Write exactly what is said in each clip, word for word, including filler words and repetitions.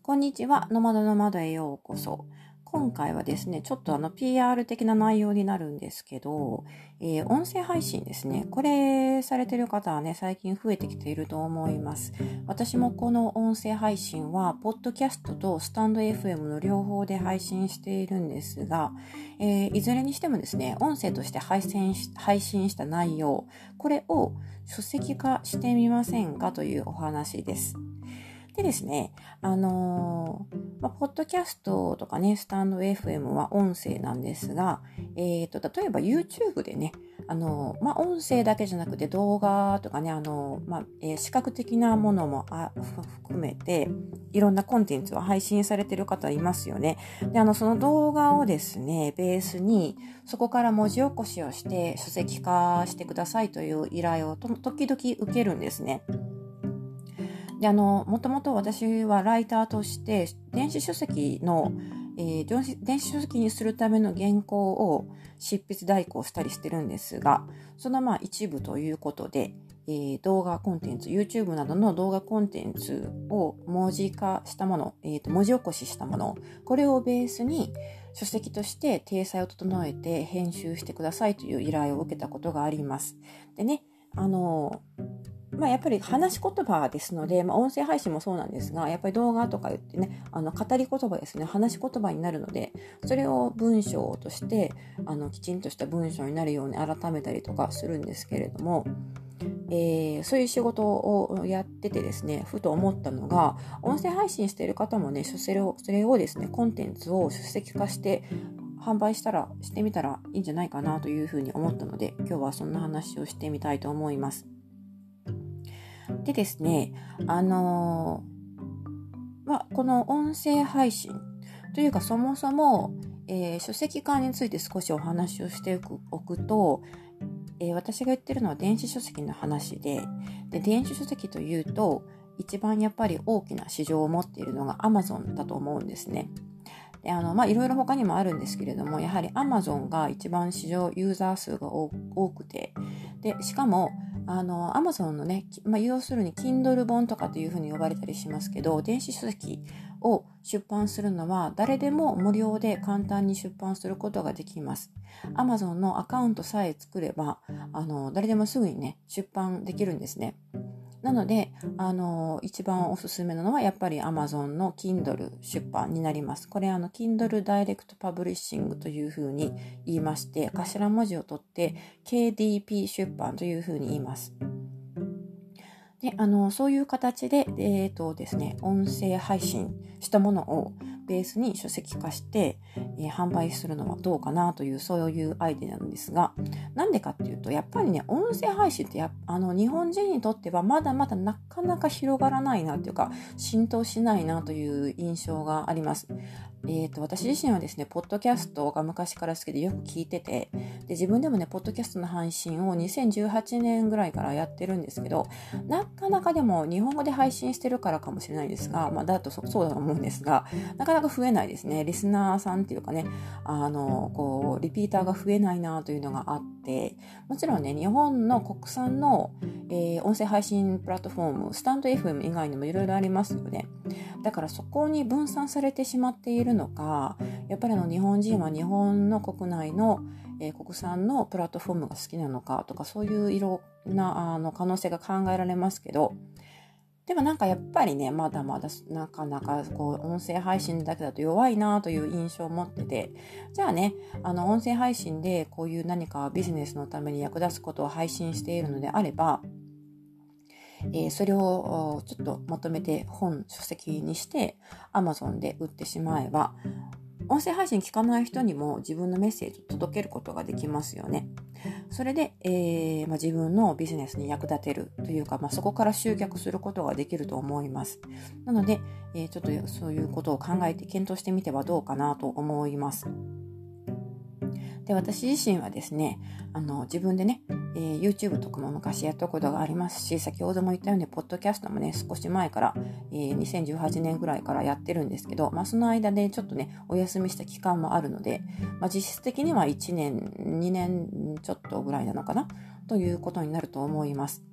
こんにちは、ノマドノマドへようこそ。今回はですね、ちょっとあの ピーアール 的な内容になるんですけど、えー、音声配信ですね。これされてる方はね、最近増えてきていると思います。私もこの音声配信は、ポッドキャストとスタンド エフエム の両方で配信しているんですが、えー、いずれにしてもですね、音声として配信し、配信した内容、これを書籍化してみませんかというお話です。でですね、あのー、まあ、ポッドキャストとかね、スタンド エフエム は音声なんですが、えーと、例えば YouTube でね、あのー、まあ、音声だけじゃなくて動画とかね、あのー、まあ、えー、視覚的なものもあ含めて、いろんなコンテンツを配信されている方いますよね。で、あの、その動画をですね、ベースに、そこから文字起こしをして書籍化してくださいという依頼をと時々受けるんですね。で、あの、もともと私はライターとして、電子書籍の、えー、電子書籍にするための原稿を執筆代行したりしてるんですが、そのまあ一部ということで、えー、動画コンテンツ、YouTube などの動画コンテンツを文字化したもの、えーと、文字起こししたもの、これをベースに書籍として体裁を整えて編集してくださいという依頼を受けたことがあります。でね、あのまあ、やっぱり話し言葉ですので、まあ、音声配信もそうなんですが、やっぱり動画とか言ってね、あの語り言葉ですね、話し言葉になるので、それを文章としてあのきちんとした文章になるように改めたりとかするんですけれども、えー、そういう仕事をやっててですね、ふと思ったのが、音声配信している方もね、それを、それをですね、コンテンツを書籍化して販売したら、してみたらいいんじゃないかなというふうに思ったので、今日はそんな話をしてみたいと思います。でですね、あのーまあ、この音声配信というかそもそも、えー、書籍化について少しお話をしておくと、えー、私が言ってるのは電子書籍の話で、で電子書籍というと一番やっぱり大きな市場を持っているのが Amazon だと思うんですね。であのまあいろいろ他にもあるんですけれども、やはり Amazon が一番市場ユーザー数が多くて、でしかもあの Amazon のね、まあ、要するに Kindle 本とかというふうに呼ばれたりしますけど、電子書籍を出版するのは誰でも無料で簡単に出版することができます。Amazon のアカウントさえ作れば、あの誰でもすぐにね出版できるんですね。なので、あの、一番おすすめなのはやっぱり Amazon の Kindle 出版になります。これ、あの、Kindle Direct Publishing というふうに言いまして、頭文字を取って ケーディーピー 出版というふうに言います。で、あの、そういう形で、えっとですね、音声配信したものをベースに書籍化して、えー、販売するのはどうかなという、そういうアイデアなんですが、なんでかっていうと、やっぱりね、音声配信ってやあの日本人にとってはまだまだなかなか広がらないなというか、浸透しないなという印象があります。えっと、私自身はですね、ポッドキャストが昔から好きでよく聞いてて、で、自分でもね、ポッドキャストの配信をにせんじゅうはちねんぐらいからやってるんですけど、なかなかでも日本語で配信してるからかもしれないですが、まあ、だと そ, そうだと思うんですが、なかなか増えないですね。リスナーさんっていうかね、あの、こう、リピーターが増えないなというのがあって、もちろんね、日本の国産の、えー、音声配信プラットフォーム、スタンド エフエム 以外にもいろいろありますよね。だからそこに分散されてしまっているのか、やっぱりあの日本人は日本の国内の、えー、国産のプラットフォームが好きなのかとか、そういういろんなあの可能性が考えられますけど、でもなんかやっぱりね、まだまだなかなかこう音声配信だけだと弱いなという印象を持ってて、じゃあね、あの音声配信でこういう何かビジネスのために役立つことを配信しているのであれば、えー、それをちょっとまとめて本書籍にして Amazon で売ってしまえば、音声配信聞かない人にも自分のメッセージを届けることができますよね。それで、えーまあ、自分のビジネスに役立てるというか、まあ、そこから集客することができると思います。なので、えー、ちょっとそういうことを考えて検討してみてはどうかなと思います。で、私自身はですね、あの自分でね、えー、YouTube とかも昔やったことがありますし、先ほども言ったようにポッドキャストもね、少し前から、えー、にせんじゅうはちねんぐらいからやってるんですけど、まあ、その間でちょっとねお休みした期間もあるので、まあ、実質的にはいちねんにねんちょっとぐらいなのかなということになると思います。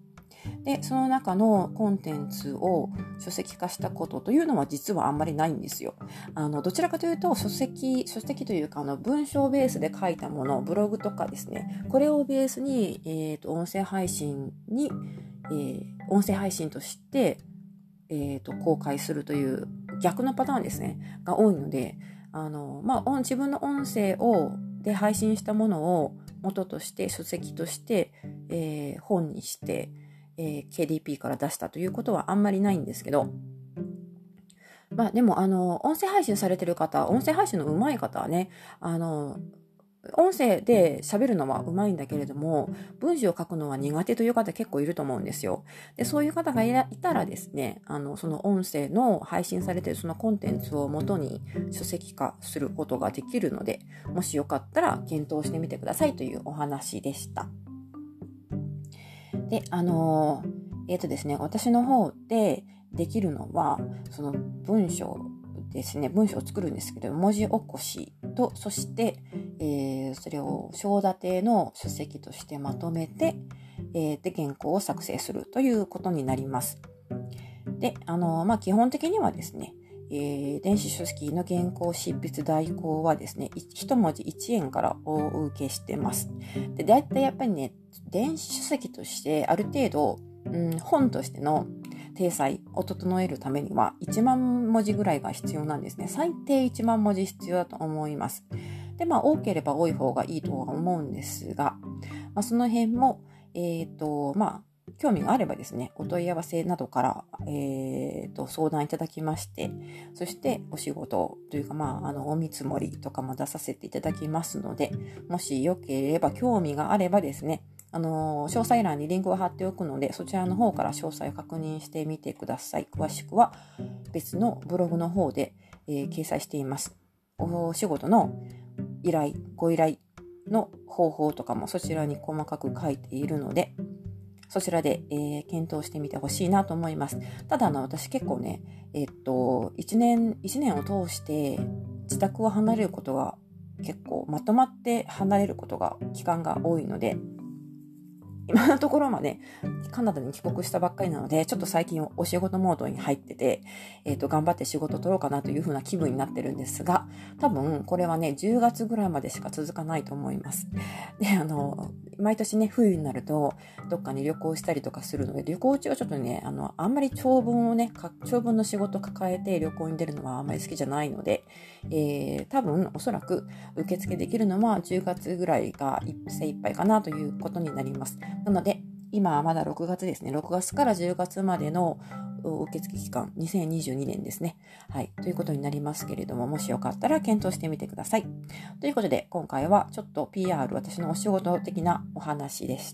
で、その中のコンテンツを書籍化したことというのは実はあんまりないんですよ。あの、どちらかというと、書籍、書籍というか、あの、文章ベースで書いたもの、ブログとかですね、これをベースに、えっと、音声配信に、えー、音声配信として、えっと、公開するという逆のパターンですね、が多いので、あの、まあ、自分の音声を、で配信したものを元として書籍として、えー、本にして、えー、ケーディーピー から出したということはあんまりないんですけど、まあでもあの音声配信されてる方、音声配信の上手い方はね、あの音声で喋るのは上手いんだけれども、文章を書くのは苦手という方結構いると思うんですよ。で、そういう方がいたらですね、あの、その音声の配信されているそのコンテンツを元に書籍化することができるので、もしよかったら検討してみてくださいというお話でした。で、あの、えっとですね、私の方でできるのは、その文章ですね、文章を作るんですけど、文字起こしと、そして、えー、それを章立ての書籍としてまとめて、えー、で、原稿を作成するということになります。で、あの、まあ、基本的にはですね、えー、電子書籍の原稿執筆代行はですね、一文字いちえんからお受けしてます。で、だいたいやっぱりね、電子書籍としてある程度、うん、本としての体裁を整えるためにはいちまんもじぐらいが必要なんですね。最低いちまんもじ必要だと思います。で、まあ、多ければ多い方がいいとは思うんですが、まあ、その辺も、えっと、まあ、興味があればですね、お問い合わせなどから、えー、と相談いただきまして、そしてお仕事というか、まあ、あの、お見積もりとかも出させていただきますので、もしよければ、興味があればですね、あの、詳細欄にリンクを貼っておくので、そちらの方から詳細を確認してみてください。詳しくは別のブログの方で、えー、掲載しています。お仕事の依頼、ご依頼の方法とかもそちらに細かく書いているので、そちらで、えー、検討してみてほしいなと思います。ただ、あの、私結構ね、えっと、一年、一年を通して自宅を離れることが結構まとまって離れることが、期間が多いので、今のところまでカナダに帰国したばっかりなので、ちょっと最近お仕事モードに入ってて、えっと、頑張って仕事を取ろうかなという風な気分になってるんですが、多分これはね、じゅうがつぐらいまでしか続かないと思います。で、あの、毎年ね、冬になると、どっかに旅行したりとかするので、旅行中はちょっとね、あの、あんまり長文をね、長文の仕事を抱えて旅行に出るのはあんまり好きじゃないので、えー、多分おそらく受付できるのはじゅうがつぐらいが精一杯かなということになります。なので、今はまだろくがつですね。ろくがつからじゅうがつまでの受付期間、にせんにじゅうにねんですね。はい。ということになりますけれども、もしよかったら検討してみてください。ということで、今回はちょっと ピーアール、私のお仕事的なお話でした。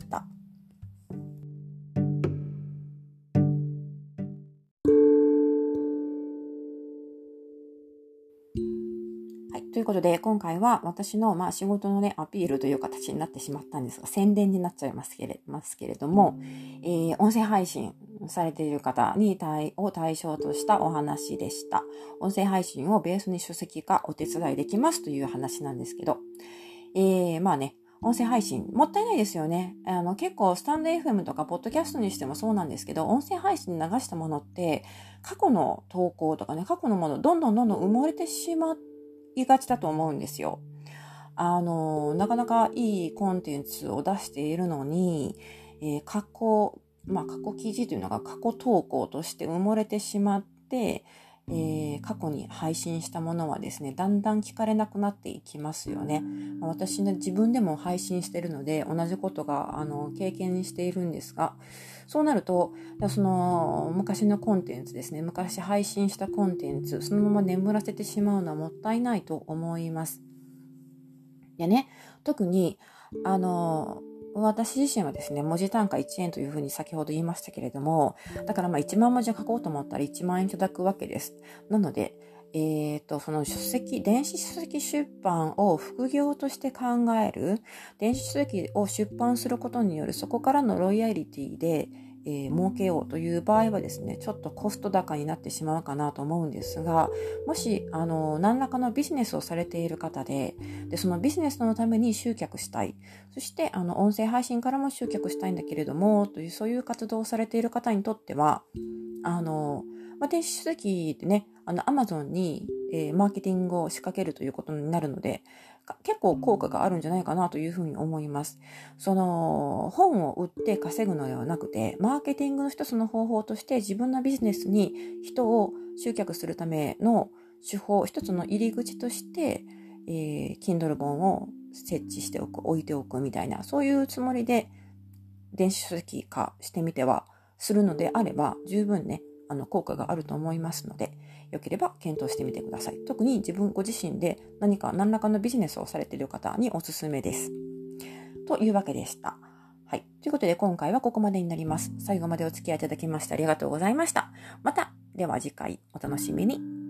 はい。ということで、今回は私の、まあ、仕事のね、アピールという形になってしまったんですが、宣伝になっちゃいますけれますけれども、えー、音声配信されている方に対を対象としたお話でした。音声配信をベースに書籍化お手伝いできますという話なんですけど、えー、まあね、音声配信、もったいないですよね。あの、結構、スタンド エフエム とか、ポッドキャストにしてもそうなんですけど、音声配信に流したものって、過去の投稿とかね、過去のもの、どんどんどんどん埋もれてしまいがちだと思うんですよ。あの、なかなかいいコンテンツを出しているのに、えー、過去、まあ、過去記事というのが過去投稿として埋もれてしまって、えー、過去に配信したものはですね、だんだん聞かれなくなっていきますよね。私ね、自分でも配信しているので、同じことが、あの、経験しているんですが、そうなると、その、昔のコンテンツですね、昔配信したコンテンツ、そのまま眠らせてしまうのはもったいないと思います。でね、特に、あの、私自身はですね、文字単価いちえんというふうに先ほど言いましたけれども、だからまあいちまん文字書こうと思ったらいちまんえんいただくわけです。なので、 えっと、その書籍、電子書籍出版を副業として考える、電子書籍を出版することによるそこからのロイヤリティで、えー、儲けようという場合はですね、ちょっとコスト高になってしまうかなと思うんですが、もし、あの、何らかのビジネスをされている方で、で、そのビジネスのために集客したい。そして、あの、音声配信からも集客したいんだけれども、という、そういう活動をされている方にとっては、あの、まあ、電子書籍でね、あの、Amazon に、えーマーケティングを仕掛けるということになるので、結構効果があるんじゃないかなというふうに思います。その、本を売って稼ぐのではなくて、マーケティングの一つの方法として自分のビジネスに人を集客するための手法、一つの入り口として、えー、Kindle 本を設置しておく、置いておくみたいな、そういうつもりで電子書籍化してみてはするのであれば、十分ね、あの効果があると思いますので、よければ検討してみてください。特に自分ご自身で何か何らかのビジネスをされている方におすすめです。というわけでした。はい。ということで今回はここまでになります。最後までお付き合いいただきましてありがとうございました。また、では次回お楽しみに。